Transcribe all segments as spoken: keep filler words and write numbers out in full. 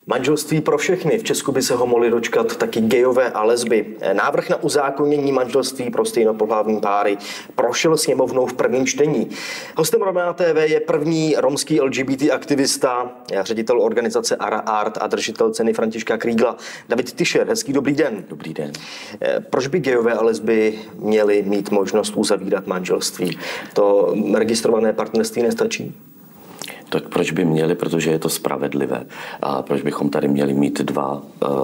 Manželství pro všechny. V Česku by se ho mohli dočkat taky gejové a lesby. Návrh na uzákonění manželství pro stejnopohlavní páry prošel sněmovnou v prvním čtení. Hostem Romea T V je první romský L G B T aktivista, ředitel organizace Ara Art a držitel ceny Františka Krígla. David Tischer, hezký dobrý den. Dobrý den. Proč by gejové a lesby měli mít možnost uzavírat manželství? To registrované partnerství nestačí? Tak proč by měli, protože je to spravedlivé. A proč bychom tady měli mít dva,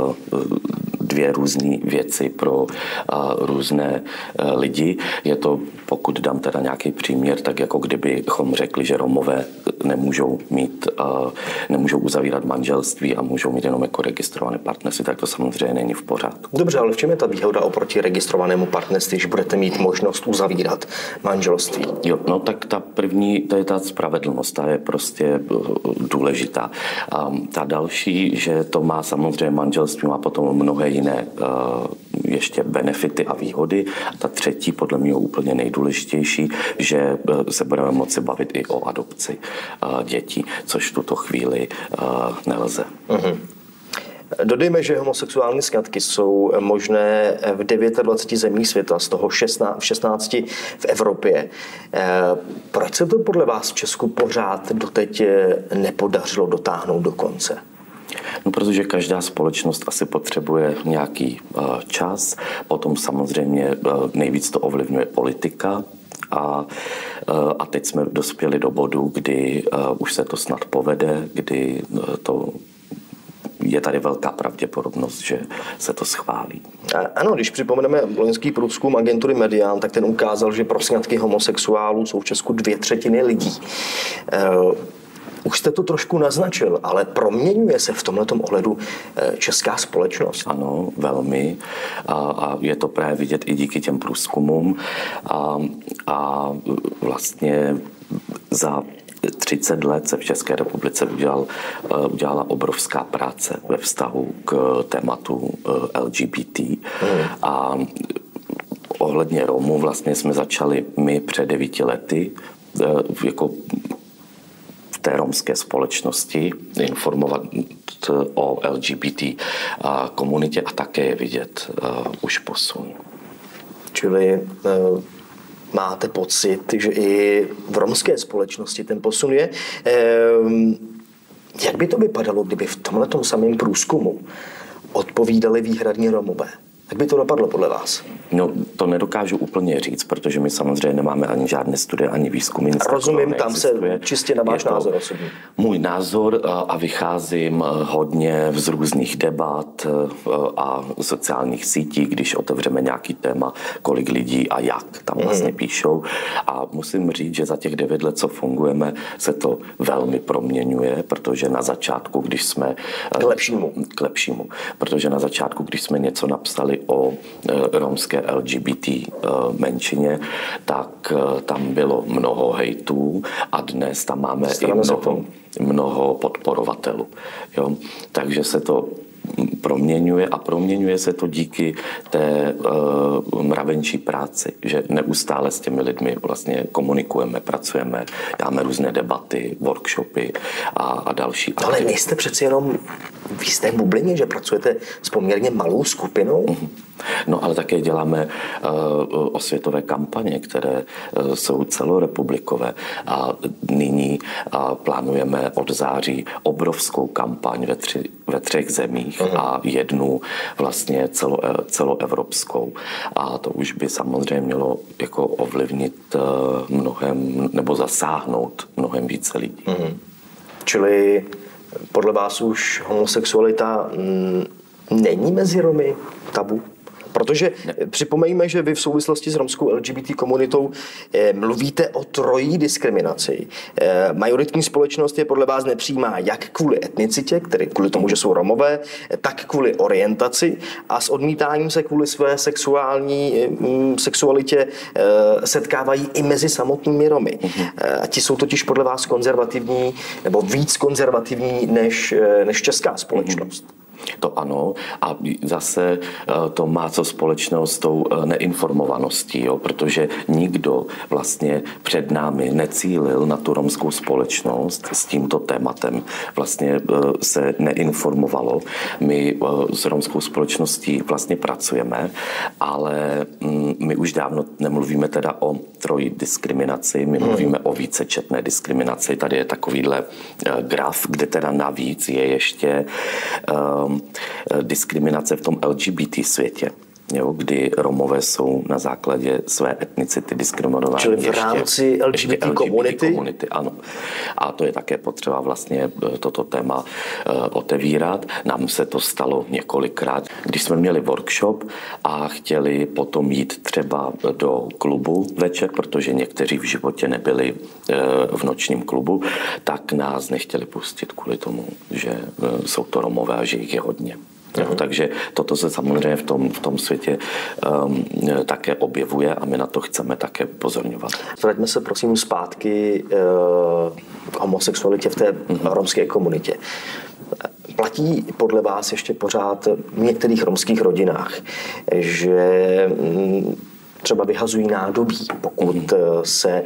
dvě různé věci pro různé lidi. Je to, pokud dám teda nějaký příměr, tak jako kdybychom řekli, že Romové nemůžou mít, nemůžou uzavírat manželství a můžou mít jenom jako registrované partnerství, tak to samozřejmě není v pořádku. Dobře, ale v čem je ta výhoda oproti registrovanému partnerství, že budete mít možnost uzavírat manželství? Jo, no tak ta první, to je ta spravedlnost, ta je prostě důležitá. A ta další, že to má samozřejmě manželství, má potom mnohé jiné ještě benefity a výhody. A ta třetí, podle mě úplně nejdůležitější, že se budeme moci bavit i o adopci dětí, což v tuto chvíli nelze. Mm-hmm. Dodejme, že homosexuální sňatky jsou možné v dvaceti devíti zemích světa, z toho šestnáct, v šestnácti v Evropě. Proč se to podle vás v Česku pořád doteď nepodařilo dotáhnout do konce? No, protože každá společnost asi potřebuje nějaký uh, čas, potom samozřejmě uh, nejvíc to ovlivňuje politika. A, a teď jsme dospěli do bodu, kdy uh, už se to snad povede, kdy uh, to je tady velká pravděpodobnost, že se to schválí. Ano, když připomeneme loňský průzkum agentury Median, tak ten ukázal, že pro sňatky homosexuálů jsou v Česku dvě třetiny lidí. Uh, Už jste to trošku naznačil, ale proměňuje se v tomhletom ohledu česká společnost? Ano, velmi. A, a je to právě vidět i díky těm průzkumům. A, a vlastně za třicet let se v České republice udělal, udělala obrovská práce ve vztahu k tématu L G B T. Hmm. A ohledně Romů vlastně jsme začali my před devíti lety jako té romské společnosti informovat o L G B T komunitě a také je vidět uh, už posun. Čili uh, máte pocit, že i v romské společnosti ten posun je. Uh, jak by to vypadalo, kdyby v tomhletom samém průzkumu odpovídali výhradně Romové? Jak by to dopadlo podle vás? No, to nedokážu úplně říct, protože my samozřejmě nemáme ani žádné studie, ani výzkumy. Rozumím, tam se čistě na váš názor osobně. Můj názor a vycházím hodně z různých debat a sociálních sítí, když otevřeme nějaký téma, kolik lidí a jak tam vlastně hmm. píšou. A musím říct, že za těch devět let, co fungujeme, se to velmi proměňuje, protože na začátku, když jsme... K lepšímu. K lepšímu. Protože na začátku, když jsme něco napsali o romské L G B T menšině, tak tam bylo mnoho hejtů a dnes tam máme i mnoho, mnoho podporovatelů. Jo? Takže se to proměňuje a proměňuje se to díky té uh, mravenčí práci, že neustále s těmi lidmi vlastně komunikujeme, pracujeme, dáme různé debaty, workshopy a, a další. No, ale nejste přeci jenom v jisté bublině, že pracujete s poměrně malou skupinou? Uh-huh. No, ale také děláme uh, osvětové kampaně, které uh, jsou celorepublikové a nyní uh, plánujeme od září obrovskou kampaň ve, tři, ve třech zemích uh-huh. a jednu vlastně celo, celoevropskou. A to už by samozřejmě mělo jako ovlivnit uh, mnohem, nebo zasáhnout mnohem více lidí. Uh-huh. Čili podle vás už homosexualita m, není mezi Romy tabu? Protože ne. Připomeňme, že vy v souvislosti s romskou L G B T komunitou eh, mluvíte o trojí diskriminaci. Eh, majoritní společnost je podle vás nepřijímá jak kvůli etnicitě, tedy kvůli tomu, že jsou Romové, tak kvůli orientaci a s odmítáním se kvůli své sexuální hm, sexualitě eh, setkávají i mezi samotnými Romy. Mm-hmm. Eh, ti jsou totiž podle vás konzervativní nebo víc konzervativní než, než česká společnost. Mm-hmm. To ano. A zase to má co společného s tou neinformovaností, jo? Protože nikdo vlastně před námi necílil na tu romskou společnost s tímto tématem. Vlastně se neinformovalo. My s romskou společností vlastně pracujeme, ale my už dávno nemluvíme teda o trojí diskriminaci, my mluvíme o vícečetné diskriminaci. Tady je takovýhle graf, kde teda navíc je ještě um, diskriminace v tom L G B T světě. Jo, kdy Romové jsou na základě své etnicity diskriminováni. Čili v rámci L G B T komunity? komunity? Ano. A to je také potřeba vlastně toto téma otevírat. Nám se to stalo několikrát. Když jsme měli workshop a chtěli potom jít třeba do klubu večer, protože někteří v životě nebyli v nočním klubu, tak nás nechtěli pustit kvůli tomu, že jsou to Romové a že jich je hodně. Jo, takže toto se samozřejmě v tom, v tom světě um, také objevuje a my na to chceme také upozorňovat. Vraťme se prosím zpátky uh, k homosexualitě v té mm-hmm. romské komunitě. Platí podle vás ještě pořád v některých romských rodinách, že mm, třeba vyhazují nádobí, pokud se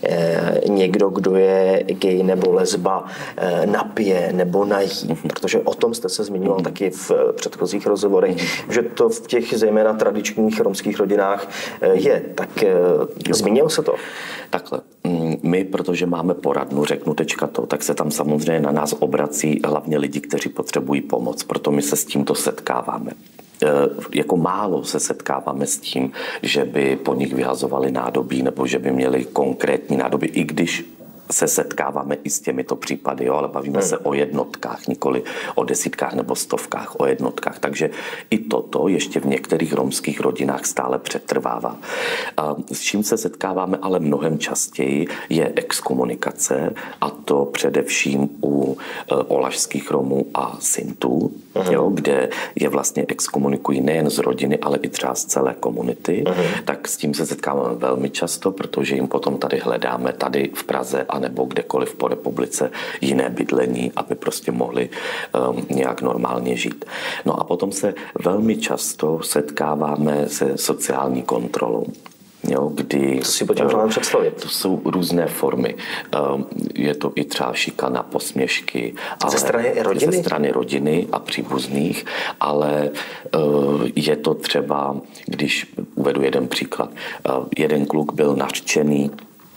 někdo, kdo je gay nebo lesba, napije nebo nají. Protože o tom jste se zmiňoval taky v předchozích rozhovorech, že to v těch zejména tradičních romských rodinách je. Tak zmínilo se to? Takhle. My, protože máme poradnu, řeknu tečka to, tak se tam samozřejmě na nás obrací hlavně lidi, kteří potřebují pomoc. Proto my se s tímto setkáváme. Jako málo se setkáváme s tím, že by po nich vyhazovali nádobí nebo že by měli konkrétní nádoby, i když se setkáváme i s těmito případy, jo, ale bavíme hmm. se o jednotkách, nikoli o desítkách nebo stovkách, o jednotkách. Takže i toto ještě v některých romských rodinách stále přetrvává. S čím se setkáváme ale mnohem častěji je exkomunikace, a to především u olašských Romů a Sintů, hmm. jo, kde je vlastně exkomunikují nejen z rodiny, ale i třeba z celé komunity. Hmm. Tak s tím se setkáváme velmi často, protože jim potom tady hledáme tady v Praze a nebo kdekoliv po republice jiné bydlení, aby prostě mohli um, nějak normálně žít. No a potom se velmi často setkáváme se sociální kontrolou. Jo, kdy, Co si pojďme uh, představit? To jsou různé formy. Um, je to i třeba šikana, posměšky. Ze strany rodiny? Ze strany rodiny a příbuzných, ale uh, je to třeba, když uvedu jeden příklad. Uh, jeden kluk byl nařčený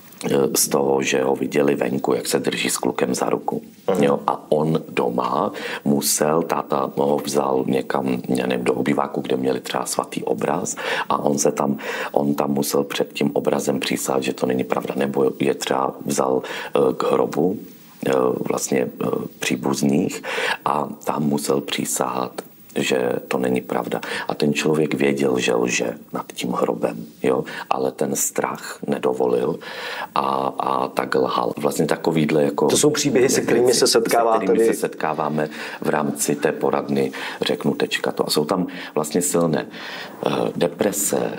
z toho, že ho viděli venku, jak se drží s klukem za ruku. Uh-huh. Jo, a on doma musel, táta ho vzal někam, nevím, do obýváku, kde měli třeba svatý obraz, a on se tam, on tam musel před tím obrazem přísahat, že to není pravda, nebo je třeba vzal k hrobu vlastně příbuzných a tam musel přísahat, že to není pravda. A ten člověk věděl, že lže nad tím hrobem, jo? Ale ten strach nedovolil a, a tak lhal. Vlastně takovýhle jako... To jsou příběhy, se kterými se setkáváte. Se kterými se setkáváme v rámci té poradny, řeknu tečka to. A jsou tam vlastně silné deprese,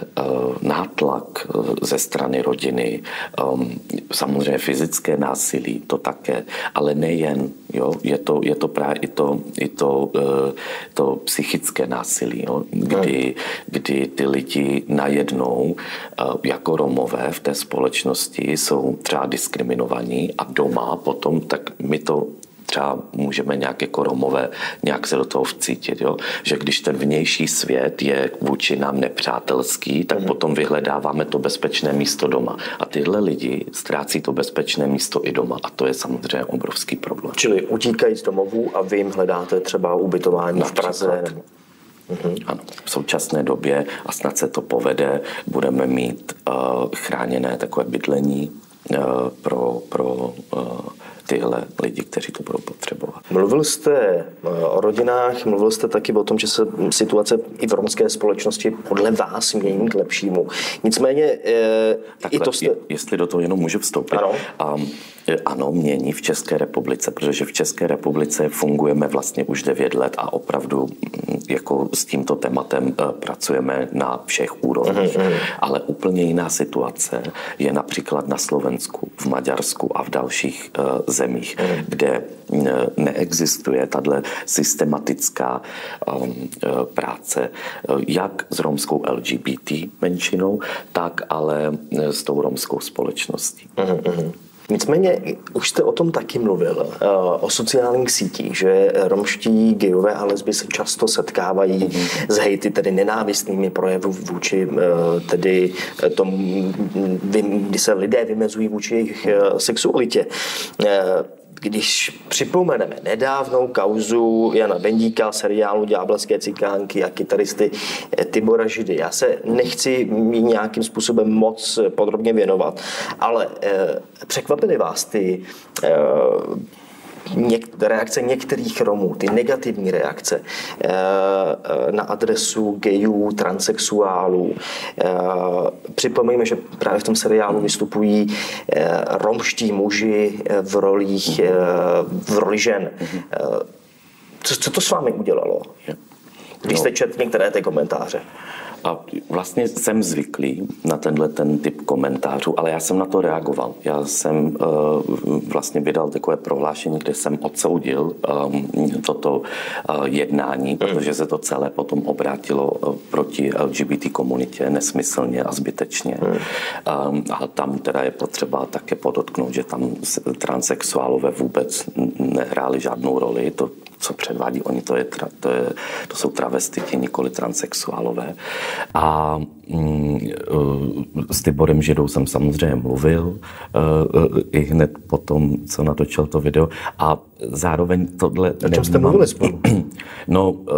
nátlak ze strany rodiny, samozřejmě fyzické násilí, to také, ale nejen, jo? Je to, je to právě i to, i to, to psychické násilí, jo? Kdy, kdy ty lidi najednou jako Romové v té společnosti jsou třeba diskriminovaní a doma potom, tak my to třeba můžeme nějak jako Romové nějak se do toho vcítit, jo? Že když ten vnější svět je vůči nám nepřátelský, tak mm. potom vyhledáváme to bezpečné místo doma. A tyhle lidi ztrácí to bezpečné místo i doma. A to je samozřejmě obrovský problém. Čili utíkají z domovů a vy jim hledáte třeba ubytování v Praze? Nebo... Mm-hmm. Ano, v současné době, a snad se to povede, budeme mít uh, chráněné takové bydlení uh, pro, pro uh, tyhle lidi, kteří to budou potřebovat. Mluvil jste o rodinách, mluvil jste taky o tom, že se situace i v romské společnosti podle vás mění k lepšímu. Nicméně Takhle, i to jste... Jestli do toho jenom můžu vstoupit. Ano. Um, ano, mění v České republice, protože v České republice fungujeme vlastně už devět let a opravdu jako s tímto tématem pracujeme na všech úrovních. Mm-hmm. Ale úplně jiná situace je například na Slovensku, v Maďarsku a v dalších uh, zemích, kde neexistuje tato systematická um, práce jak s romskou L G B T menšinou, tak ale s tou romskou společností. Mm-hmm. Nicméně, už jste o tom taky mluvil, o sociálních sítích, že romští gejové a lesby se často setkávají mm-hmm. s hejty, tedy nenávistnými projevy vůči tedy tomu, kdy se lidé vymezují vůči jejich sexualitě. Když připomeneme nedávnou kauzu Jana Bendíka, seriálu Ďábelské cikánky a kytaristy Tibora Židy, já se nechci jí nějakým způsobem moc podrobně věnovat, ale eh, překvapily vás ty eh, Něk- reakce některých Romů, ty negativní reakce e, na adresu gejů, transsexuálů. E, připomeňme, že právě v tom seriálu vystupují e, romští muži v rolích, e, v roli žen. E, co, co to s vámi udělalo, když jste četl některé ty komentáře? A vlastně jsem zvyklý na tenhle ten typ komentářů, ale já jsem na to reagoval. Já jsem uh, vlastně vydal takové prohlášení, kde jsem odsoudil um, toto uh, jednání, protože se to celé potom obrátilo uh, proti L G B T komunitě nesmyslně a zbytečně. Um, a tam teda je potřeba také podotknout, že tam transsexuálové vůbec nehráli žádnou roli. To, co předvádí oni, to, je, to, je, to jsou travestiti, nikoli transsexuálové. A mm, s Tiborem Židou jsem samozřejmě mluvil uh, i hned potom, co natočil to video. A zároveň tohle... O čem jste mluvili spolu? No, uh,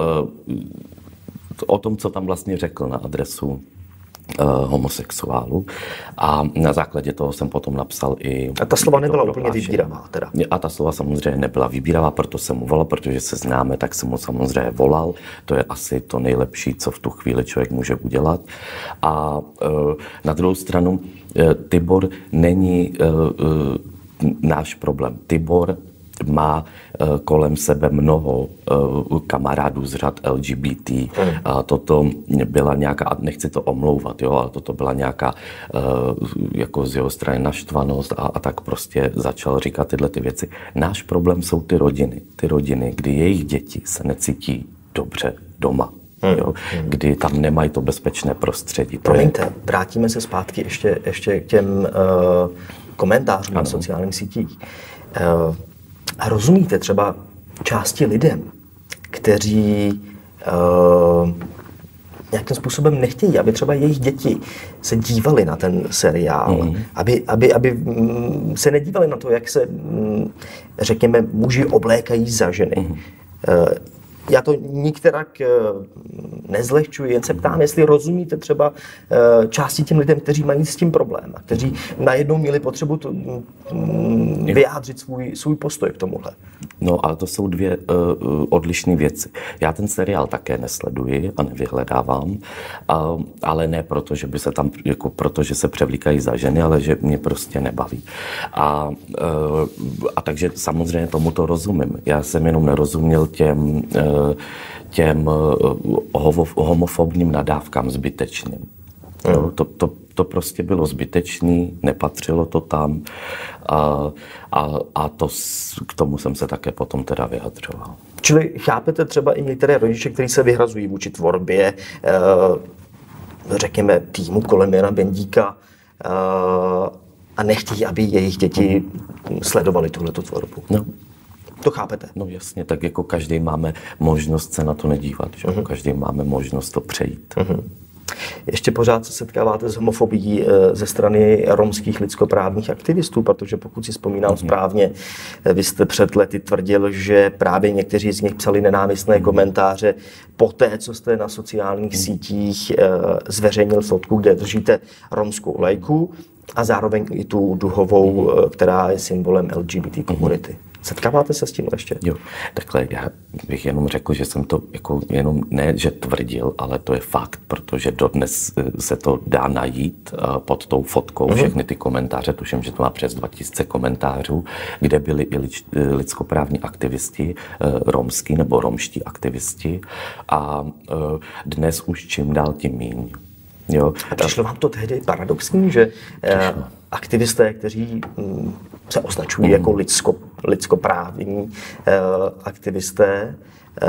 o tom, co tam vlastně řekl na adresu homosexuálů. A na základě toho jsem potom napsal i... A ta slova nebyla úplně vybíravá teda? A ta slova samozřejmě nebyla vybíravá, proto jsem mu volal, protože se známe, tak jsem mu samozřejmě volal. To je asi to nejlepší, co v tu chvíli člověk může udělat. A na druhou stranu Tibor není náš problém. Tibor má kolem sebe mnoho kamarádů z řad L G B T. A toto byla nějaká, a nechci to omlouvat, jo, ale toto byla nějaká jako z jeho strany naštvanost a, a tak prostě začal říkat tyhle ty věci. Náš problém jsou ty rodiny. Ty rodiny, kdy jejich děti se necítí dobře doma. Jo, kdy tam nemají to bezpečné prostředí. To Promiňte, je... vrátíme se zpátky ještě, ještě k těm uh, komentářům ano. na sociálních sítích. Uh, A rozumíte třeba části lidem, kteří uh, nějakým způsobem nechtějí, aby třeba jejich děti se dívali na ten seriál, mm. aby, aby, aby se nedívali na to, jak se, řekněme, muži oblékají za ženy. Mm. Uh, Já to nikterak nezlehčuji, jen se ptám, jestli rozumíte třeba části těm lidem, kteří mají s tím problém a kteří najednou měli potřebu to, vyjádřit svůj, svůj postoj k tomuhle. No, ale to jsou dvě uh, odlišné věci. Já ten seriál také nesleduji a nevyhledávám, uh, ale ne proto, že by se tam, jako proto, že se převlíkají za ženy, ale že mě prostě nebaví. A, uh, a takže samozřejmě tomu to rozumím. Já jsem jenom nerozuměl těm uh, těm homofobním nadávkám zbytečným. Mm. Jo, to, to, to prostě bylo zbytečný, nepatřilo to tam a, a, a to, k tomu jsem se také potom teda vyjadřoval. Čili chápete třeba i některé rodiče, kteří se vyhrazují vůči tvorbě, řekněme, týmu kolem Jana Bendíka a nechtějí, aby jejich děti sledovaly tuhletu tvorbu? No. To chápete? No jasně, tak jako každý máme možnost se na to nedívat, že? Uh-huh. Každý máme možnost to přejít. Uh-huh. Ještě pořád se setkáváte s homofobií ze strany romských lidskoprávních aktivistů, protože pokud si vzpomínám uh-huh. správně, vy jste před lety tvrdil, že právě někteří z nich psali nenávistné uh-huh. komentáře poté, co jste na sociálních uh-huh. sítích zveřejnil fotku, kde držíte romskou lajku a zároveň i tu duhovou, uh-huh. která je symbolem L G B T komunity. Uh-huh. Setkáváte se s tím ještě? Jo, takhle já bych jenom řekl, že jsem to jako jenom ne, že tvrdil, ale to je fakt, protože dodnes se to dá najít pod tou fotkou, mm-hmm. všechny ty komentáře, tuším, že to má přes dva tisíce komentářů, kde byli i lidskoprávní aktivisti, romský nebo romští aktivisti a dnes už čím dál tím míň. Jo. A přišlo vám to tehdy paradoxní, že eh, aktivisté, kteří mm, se označují mm. jako lidsko, lidskoprávní eh, aktivisté, eh,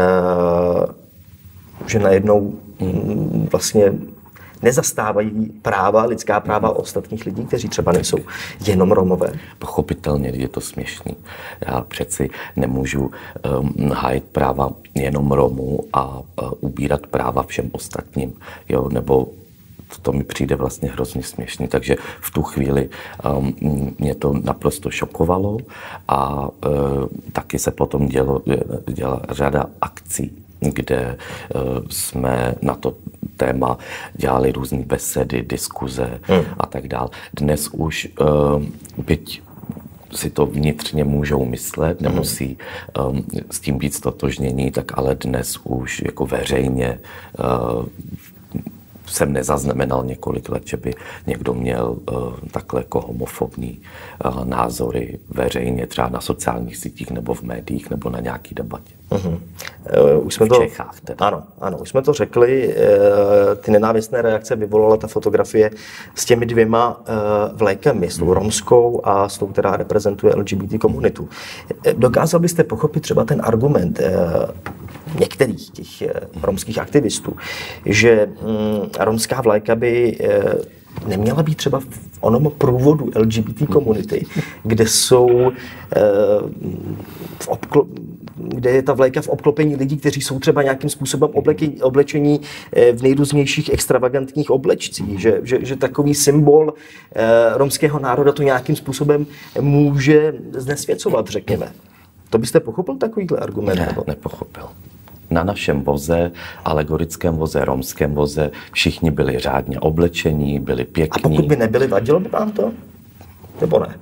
že najednou mm, vlastně nezastávají práva, lidská práva ostatních lidí, kteří třeba nejsou jenom Romové. Pochopitelně je to směšný. Já přeci nemůžu um, hájit práva jenom Romů a uh, ubírat práva všem ostatním. Jo? Nebo to mi přijde vlastně hrozně směšný. Takže v tu chvíli um, mě to naprosto šokovalo a uh, taky se potom dělo, děla řada akcí, kde uh, jsme na to téma dělali různé besedy, diskuze hmm. a tak dále. Dnes už, uh, byť si to vnitřně můžou myslet, nemusí um, s tím být stotožnění, tak ale dnes už jako veřejně uh, jsem nezaznamenal několik let, že by někdo měl uh, takhle jako homofobní uh, názory veřejně, třeba na sociálních sítích nebo v médiích nebo na nějaký debatě. Uh-huh. Uh, už jsme v to, Čechách teda. Ano, ano, už jsme to řekli. Uh, ty nenávistné reakce vyvolala ta fotografie s těmi dvěma uh, vlajkami, s tou uh-huh. romskou a s tou, která reprezentuje L G B T komunitu. Uh, dokázal byste pochopit třeba ten argument uh, některých těch uh, romských aktivistů, že um, romská vlajka by uh, neměla být třeba v onom průvodu L G B T komunity, kde jsou uh, v obklo- kde je ta vlajka v obklopení lidí, kteří jsou třeba nějakým způsobem oblečení, oblečení v nejrůznějších extravagantních oblečcích, že, že, že takový symbol eh, romského národa to nějakým způsobem může znesvěcovat, řekněme. To byste pochopil takovýhle argument? Ne, nebo? nepochopil. Na našem voze, alegorickém voze, romském voze, všichni byli řádně oblečení, byli pěkní. A pokud by nebyli, vadilo by vám to? Nebo ne?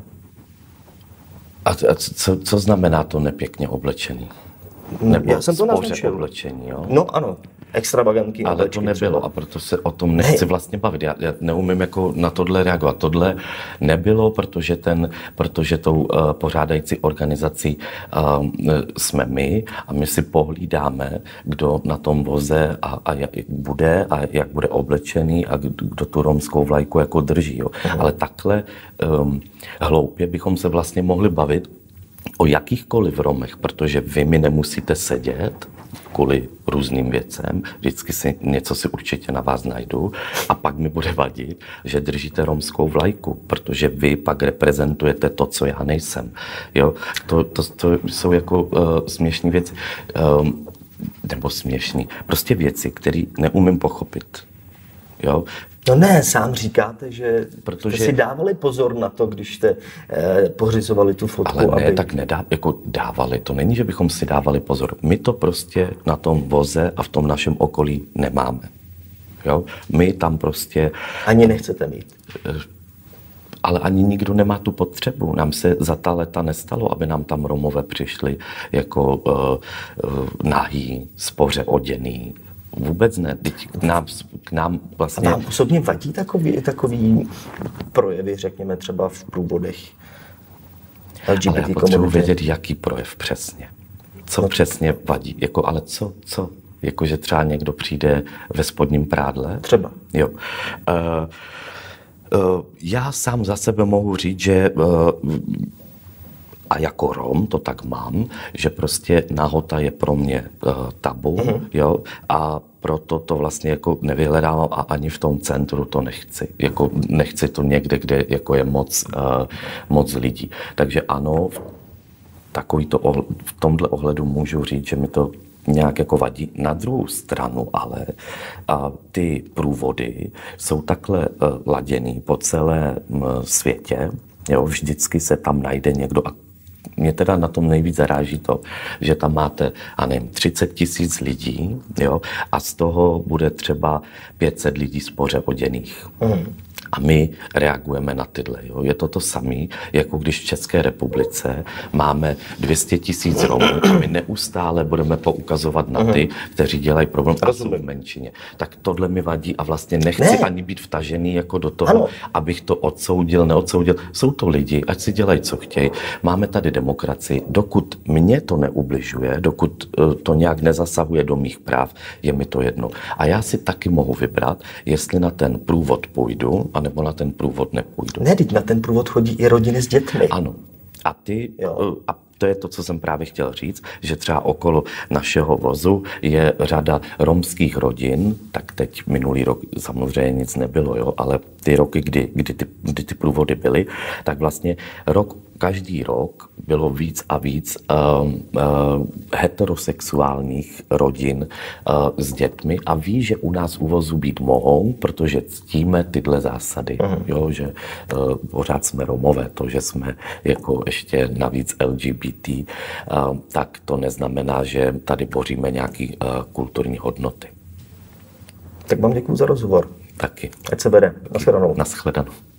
A co, co znamená to nepěkně oblečený? Nebo Já jsem to naznačil. Oblečení, jo? No ano, extravagantní ale oblečení. Ale to nebylo třeba. A proto se o tom nechci ne. vlastně bavit. Já, já neumím jako na tohle reagovat. Tohle nebylo, protože, ten, protože tou uh, pořádající organizací uh, jsme my a my si pohlídáme, kdo na tom voze a, a jak bude a jak bude oblečený a kdo tu romskou vlajku jako drží. Jo? Uh-huh. Ale takhle um, hloupě bychom se vlastně mohli bavit o jakýchkoliv Romech, protože vy mi nemusíte sedět kvůli různým věcem, vždycky si něco si určitě na vás najdu a pak mi bude vadit, že držíte romskou vlajku, protože vy pak reprezentujete to, co já nejsem. Jo? To, to, to jsou jako uh, směšné věci, um, nebo směšný, prostě věci, které neumím pochopit. Jo? No ne, sám říkáte, že Protože jste si dávali pozor na to, když jste eh, pořizovali tu fotku. Ale ne, aby... tak nedá, jako dávali. To není, že bychom si dávali pozor. My to prostě na tom voze a v tom našem okolí nemáme. Jo? My tam prostě... Ani nechcete mít. Ale ani nikdo nemá tu potřebu. Nám se za ta léta nestalo, aby nám tam Romové přišli jako uh, uh, nahý, spoře oděný. Vůbec ne. Teď k nám, k nám vlastně... A vám osobně vadí takový, takový projevy, řekněme třeba v průvodech L G B T ale já potřebuji vědět, jaký projev přesně. Co no. přesně vadí. Jako, ale co, co? Jako, že třeba někdo přijde ve spodním prádle? Třeba. Jo. Uh, uh, já sám za sebe mohu říct, že uh, a jako Rom to tak mám, že prostě nahota je pro mě uh, tabu, uh-huh. jo, a proto to vlastně jako nevyhledávám a ani v tom centru to nechci. Jako nechci to někde, kde jako je moc, uh, moc lidí. Takže ano, v, takovýto ohl- v tomhle ohledu můžu říct, že mi to nějak jako vadí. Na druhou stranu ale a ty průvody jsou takhle uh, laděný po celém uh, světě. Jo, vždycky se tam najde někdo a mě teda na tom nejvíc zaráží to, že tam máte, a nevím, třicet tisíc lidí, jo, a z toho bude třeba pět set lidí spoře oděných. Mm. A my reagujeme na tyhle. Jo. Je to to samé, jako když v České republice máme dvě stě tisíc Romů a my neustále budeme poukazovat na ty, kteří dělají problém a jsou v menšině. Tak tohle mi vadí a vlastně nechci ne. ani být vtažený jako do toho, ano. abych to odsoudil, neodsoudil. Jsou to lidi, ať si dělají, co chtějí. Máme tady demokracii. Dokud mě to neubližuje, dokud to nějak nezasahuje do mých práv, je mi to jedno. A já si taky mohu vybrat, jestli na ten průvod půjdu, anebo na ten průvod nepůjdu. Ne, teď na ten průvod chodí i rodiny s dětmi. Ano. A ty, jo. a to je to, co jsem právě chtěl říct, že třeba okolo našeho vozu je řada romských rodin, tak teď minulý rok samozřejmě nic nebylo, jo, ale ty roky, kdy, kdy, ty, kdy ty průvody byly, tak vlastně rok, každý rok bylo víc a víc uh, uh, heterosexuálních rodin uh, s dětmi a ví, že u nás u vozu být mohou, protože ctíme tyhle zásady, uh-huh. jo, že uh, pořád jsme Romové, to, že jsme jako ještě navíc L G B T, uh, tak to neznamená, že tady boříme nějaký uh, kulturní hodnoty. Tak vám děkuju za rozhovor. Taky. Ať se bere. Nashledanou. Nashledanou.